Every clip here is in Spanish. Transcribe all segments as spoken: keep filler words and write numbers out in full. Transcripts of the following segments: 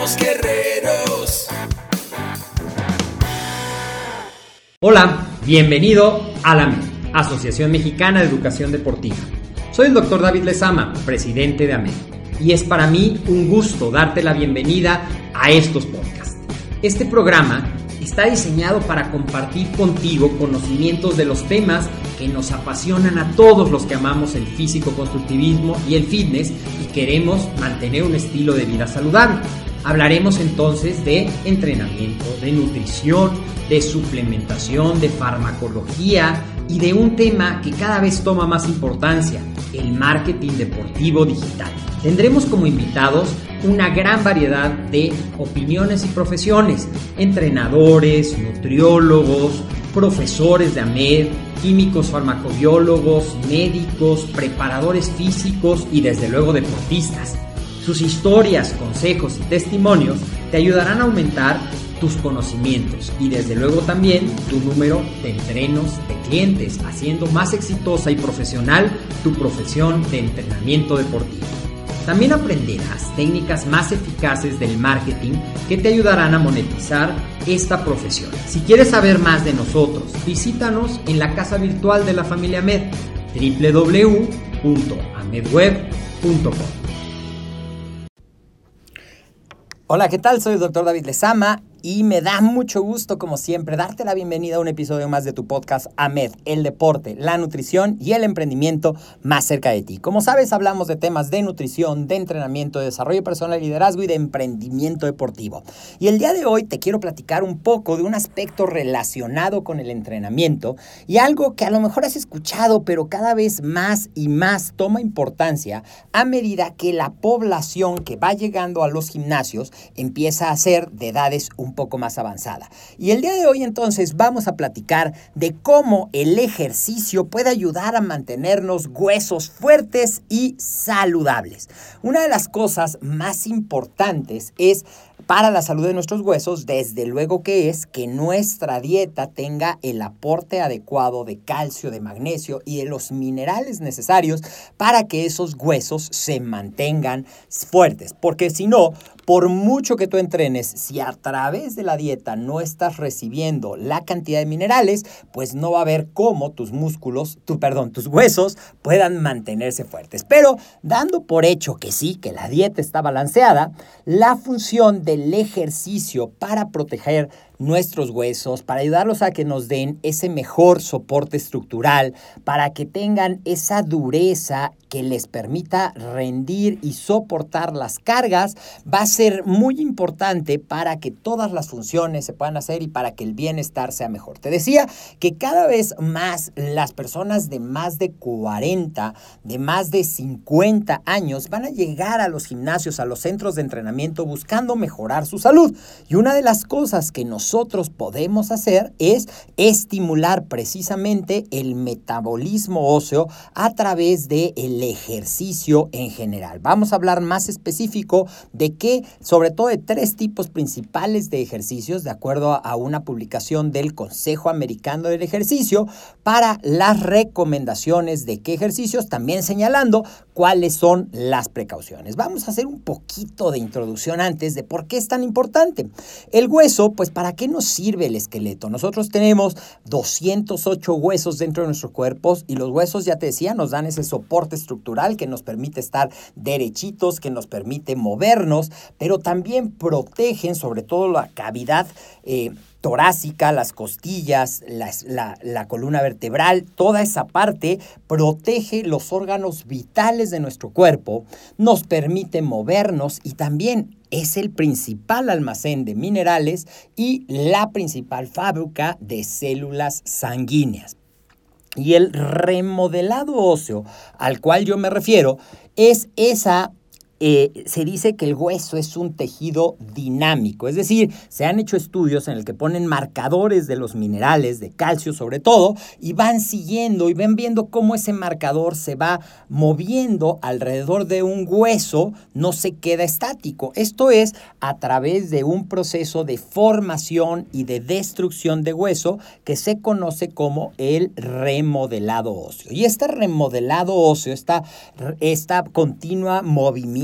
somos guerreros. Hola, bienvenido a la AMED, Asociación Mexicana de Educación Deportiva. Soy el doctor David Lezama, presidente de AMED, y es para mí un gusto darte la bienvenida a estos podcasts. Este programa está diseñado para compartir contigo conocimientos de los temas que nos apasionan a todos los que amamos el físico-constructivismo y el fitness y queremos mantener un estilo de vida saludable. Hablaremos entonces de entrenamiento, de nutrición, de suplementación, de farmacología y de un tema que cada vez toma más importancia, el marketing deportivo digital. Tendremos como invitados una gran variedad de opiniones y profesiones, entrenadores, nutriólogos, profesores de AMED, químicos farmacobiólogos, médicos, preparadores físicos y desde luego deportistas. Sus historias, consejos y testimonios te ayudarán a aumentar tus conocimientos y desde luego también tu número de entrenos de clientes, haciendo más exitosa y profesional tu profesión de entrenamiento deportivo. También aprenderás técnicas más eficaces del marketing que te ayudarán a monetizar esta profesión. Si quieres saber más de nosotros, visítanos en la casa virtual de la familia AMED, doble u doble u doble u punto amedweb punto com. Hola, ¿qué tal? Soy el doctor David Lezama y me da mucho gusto, como siempre, darte la bienvenida a un episodio más de tu podcast AMED, el deporte, la nutrición y el emprendimiento más cerca de ti. Como sabes, hablamos de temas de nutrición, de entrenamiento, de desarrollo personal, liderazgo y de emprendimiento deportivo. Y el día de hoy te quiero platicar un poco de un aspecto relacionado con el entrenamiento y algo que a lo mejor has escuchado, pero cada vez más y más toma importancia a medida que la población que va llegando a los gimnasios empieza a ser de edades un poco más avanzada. Y el día de hoy entonces vamos a platicar de cómo el ejercicio puede ayudar a mantenernos huesos fuertes y saludables. Una de las cosas más importantes es para la salud de nuestros huesos, desde luego que es que nuestra dieta tenga el aporte adecuado de calcio, de magnesio y de los minerales necesarios para que esos huesos se mantengan fuertes. Porque si no, por mucho que tú entrenes, si a través de la dieta no estás recibiendo la cantidad de minerales, pues no va a haber cómo tus músculos, tu, perdón, tus huesos puedan mantenerse fuertes. Pero dando por hecho que sí, que la dieta está balanceada, la función del ejercicio para proteger nuestros huesos, para ayudarlos a que nos den ese mejor soporte estructural, para que tengan esa dureza que les permita rendir y soportar las cargas, va a ser muy importante para que todas las funciones se puedan hacer y para que el bienestar sea mejor. Te decía que cada vez más las personas de más de cuarenta, de más de cincuenta años van a llegar a los gimnasios, a los centros de entrenamiento buscando mejorar su salud. Y una de las cosas que nos nosotros podemos hacer es estimular precisamente el metabolismo óseo a través del ejercicio en general. Vamos a hablar más específico de qué, sobre todo de tres tipos principales de ejercicios, de acuerdo a una publicación del Consejo Americano del Ejercicio, para las recomendaciones de qué ejercicios, también señalando cuáles son las precauciones. Vamos a hacer un poquito de introducción antes de por qué es tan importante. El hueso, pues, ¿para qué nos sirve el esqueleto? Nosotros tenemos doscientos ocho huesos dentro de nuestros cuerpos y los huesos, ya te decía, nos dan ese soporte estructural que nos permite estar derechitos, que nos permite movernos, pero también protegen sobre todo la cavidad eh, torácica, las costillas, la, la, la columna vertebral, toda esa parte protege los órganos vitales de nuestro cuerpo, nos permite movernos y también es el principal almacén de minerales y la principal fábrica de células sanguíneas. Y el remodelado óseo al cual yo me refiero es esa Eh, se dice que el hueso es un tejido dinámico, es decir, se han hecho estudios en el que ponen marcadores de los minerales, de calcio sobre todo, y van siguiendo y ven viendo cómo ese marcador se va moviendo alrededor de un hueso, no se queda estático. Esto es a través de un proceso de formación y de destrucción de hueso que se conoce como el remodelado óseo. Y este remodelado óseo, esta, esta continua movimiento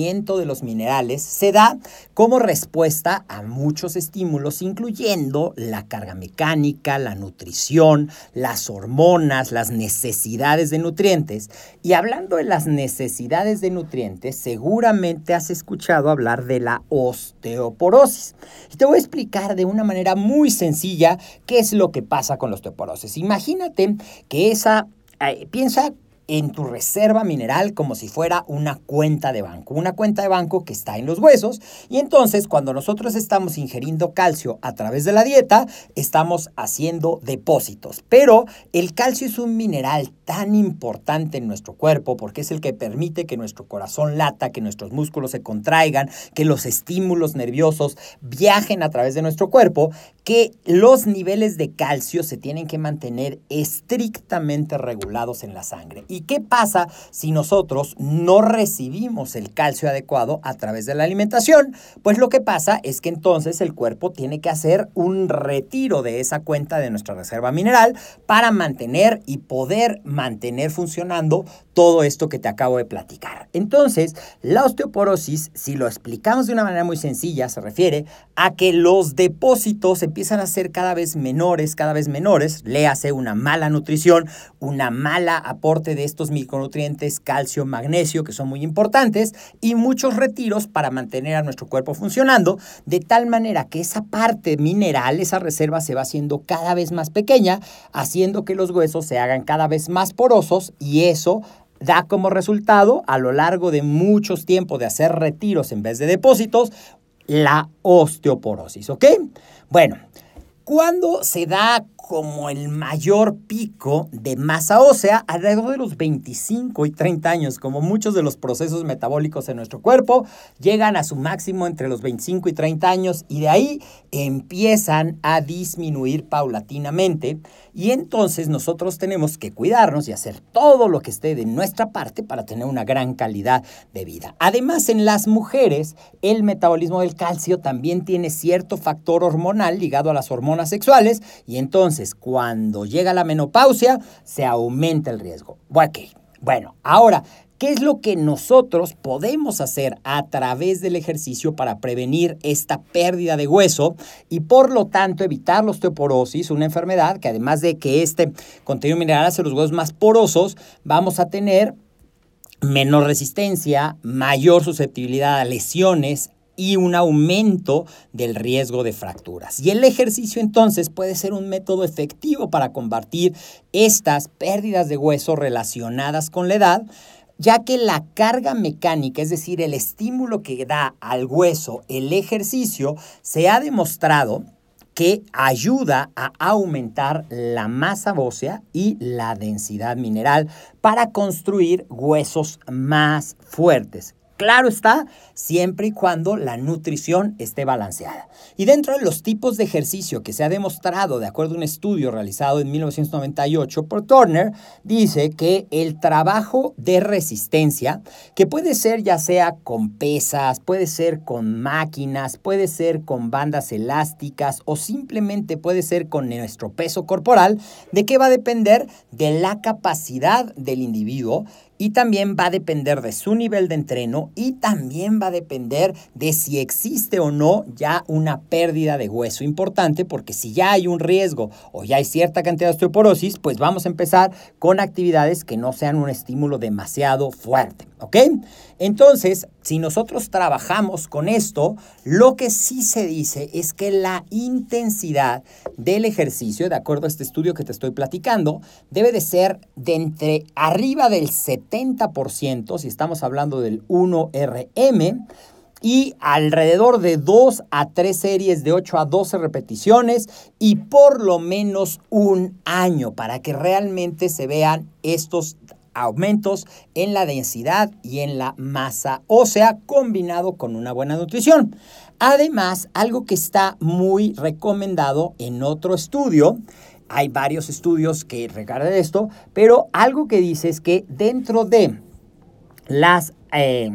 rendimiento de los minerales se da como respuesta a muchos estímulos, incluyendo la carga mecánica, la nutrición, las hormonas, las necesidades de nutrientes. Y hablando de las necesidades de nutrientes, seguramente has escuchado hablar de la osteoporosis. Y te voy a explicar de una manera muy sencilla qué es lo que pasa con la osteoporosis. Imagínate que esa, eh, piensa en tu reserva mineral como si fuera una cuenta de banco, una cuenta de banco que está en los huesos, y entonces cuando nosotros estamos ingiriendo calcio a través de la dieta, estamos haciendo depósitos. Pero el calcio es un mineral tan importante en nuestro cuerpo porque es el que permite que nuestro corazón lata, que nuestros músculos se contraigan, que los estímulos nerviosos viajen a través de nuestro cuerpo, que los niveles de calcio se tienen que mantener estrictamente regulados en la sangre. ¿Y qué pasa si nosotros no recibimos el calcio adecuado a través de la alimentación? Pues lo que pasa es que entonces el cuerpo tiene que hacer un retiro de esa cuenta de nuestra reserva mineral para mantener y poder mantener funcionando todo esto que te acabo de platicar. Entonces, la osteoporosis, si lo explicamos de una manera muy sencilla, se refiere a que los depósitos empiezan a ser cada vez menores, cada vez menores, léase una mala nutrición, una mala aporte de estos micronutrientes, calcio, magnesio, que son muy importantes, y muchos retiros para mantener a nuestro cuerpo funcionando, de tal manera que esa parte mineral, esa reserva se va haciendo cada vez más pequeña, haciendo que los huesos se hagan cada vez más porosos, y eso da como resultado, a lo largo de muchos tiempos de hacer retiros en vez de depósitos, la osteoporosis, ¿ok? Bueno, ¿cuándo se da como el mayor pico de masa ósea? Alrededor de los veinticinco y treinta años, como muchos de los procesos metabólicos en nuestro cuerpo, llegan a su máximo entre los veinticinco y treinta años y de ahí empiezan a disminuir paulatinamente, y entonces nosotros tenemos que cuidarnos y hacer todo lo que esté de nuestra parte para tener una gran calidad de vida. Además, en las mujeres, el metabolismo del calcio también tiene cierto factor hormonal ligado a las hormonas sexuales, y entonces Entonces, cuando llega la menopausia, se aumenta el riesgo. Bueno, ahora, ¿qué es lo que nosotros podemos hacer a través del ejercicio para prevenir esta pérdida de hueso y por lo tanto evitar la osteoporosis, una enfermedad que además de que este contenido mineral hace los huesos más porosos, vamos a tener menor resistencia, mayor susceptibilidad a lesiones y un aumento del riesgo de fracturas? Y el ejercicio entonces puede ser un método efectivo para combatir estas pérdidas de hueso relacionadas con la edad, ya que la carga mecánica, es decir, el estímulo que da al hueso el ejercicio, se ha demostrado que ayuda a aumentar la masa ósea y la densidad mineral para construir huesos más fuertes. Claro está, siempre y cuando la nutrición esté balanceada. Y dentro de los tipos de ejercicio que se ha demostrado, de acuerdo a un estudio realizado en mil novecientos noventa y ocho por Turner, dice que el trabajo de resistencia, que puede ser ya sea con pesas, puede ser con máquinas, puede ser con bandas elásticas o simplemente puede ser con nuestro peso corporal, ¿de qué va a depender? De la capacidad del individuo. Y también va a depender de su nivel de entreno y también va a depender de si existe o no ya una pérdida de hueso importante, porque si ya hay un riesgo o ya hay cierta cantidad de osteoporosis, pues vamos a empezar con actividades que no sean un estímulo demasiado fuerte, ¿ok? Entonces, si nosotros trabajamos con esto, lo que sí se dice es que la intensidad del ejercicio, de acuerdo a este estudio que te estoy platicando, debe de ser de entre arriba del setenta por ciento, si estamos hablando del uno R M, y alrededor de dos a tres series de ocho a doce repeticiones y por lo menos un año para que realmente se vean estos aumentos en la densidad y en la masa ósea combinado con una buena nutrición. Además, algo que está muy recomendado en otro estudio, hay varios estudios que recargan esto, pero algo que dice es que dentro de las eh,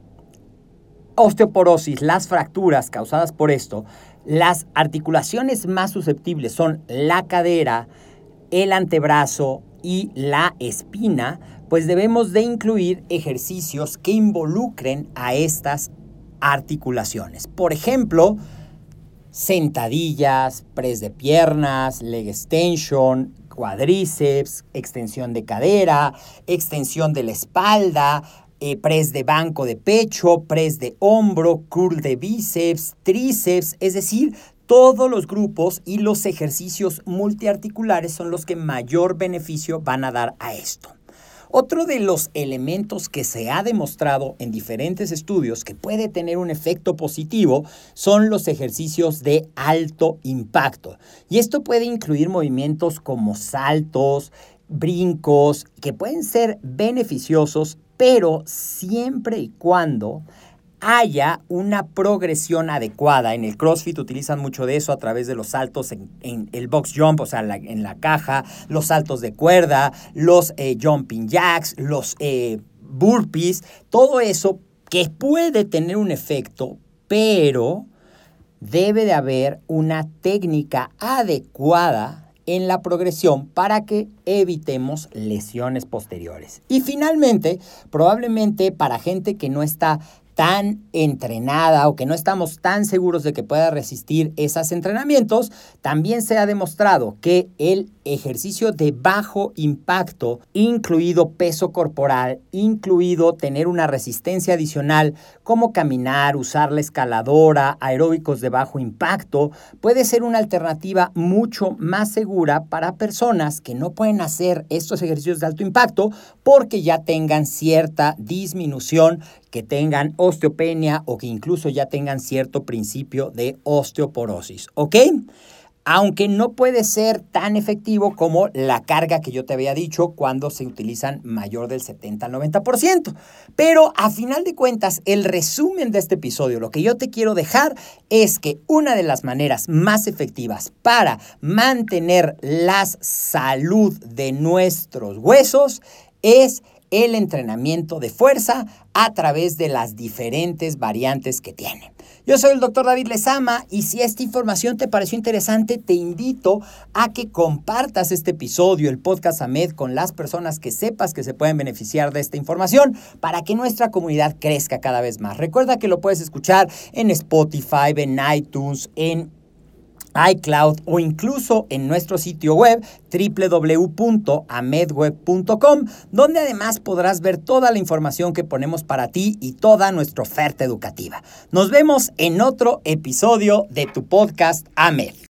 osteoporosis, las fracturas causadas por esto, las articulaciones más susceptibles son la cadera, el antebrazo y la espina, pues debemos de incluir ejercicios que involucren a estas articulaciones. Por ejemplo, sentadillas, press de piernas, leg extension, cuádriceps, extensión de cadera, extensión de la espalda, eh, press de banco de pecho, press de hombro, curl de bíceps, tríceps, es decir, todos los grupos y los ejercicios multiarticulares son los que mayor beneficio van a dar a esto. Otro de los elementos que se ha demostrado en diferentes estudios que puede tener un efecto positivo son los ejercicios de alto impacto. Y esto puede incluir movimientos como saltos, brincos, que pueden ser beneficiosos, pero siempre y cuando haya una progresión adecuada. En el CrossFit utilizan mucho de eso a través de los saltos en, en el box jump, o sea, la, en la caja, los saltos de cuerda, los eh, jumping jacks, los eh, burpees, todo eso que puede tener un efecto, pero debe de haber una técnica adecuada en la progresión para que evitemos lesiones posteriores. Y finalmente, probablemente para gente que no está tan entrenada o que no estamos tan seguros de que pueda resistir esos entrenamientos, también se ha demostrado que el ejercicio de bajo impacto, incluido peso corporal, incluido tener una resistencia adicional como caminar, usar la escaladora, aeróbicos de bajo impacto, puede ser una alternativa mucho más segura para personas que no pueden hacer estos ejercicios de alto impacto porque ya tengan cierta disminución, que tengan osteopenia o que incluso ya tengan cierto principio de osteoporosis, ¿ok? Aunque no puede ser tan efectivo como la carga que yo te había dicho cuando se utilizan mayor del setenta al noventa por ciento. Pero a final de cuentas, el resumen de este episodio, lo que yo te quiero dejar es que una de las maneras más efectivas para mantener la salud de nuestros huesos es el entrenamiento de fuerza a través de las diferentes variantes que tiene. Yo soy el doctor David Lezama y si esta información te pareció interesante, te invito a que compartas este episodio, el podcast AMED, con las personas que sepas que se pueden beneficiar de esta información para que nuestra comunidad crezca cada vez más. Recuerda que lo puedes escuchar en Spotify, en iTunes, en iCloud o incluso en nuestro sitio web doble u doble u doble u punto amedweb punto com, donde además podrás ver toda la información que ponemos para ti y toda nuestra oferta educativa. Nos vemos en otro episodio de tu podcast AMED.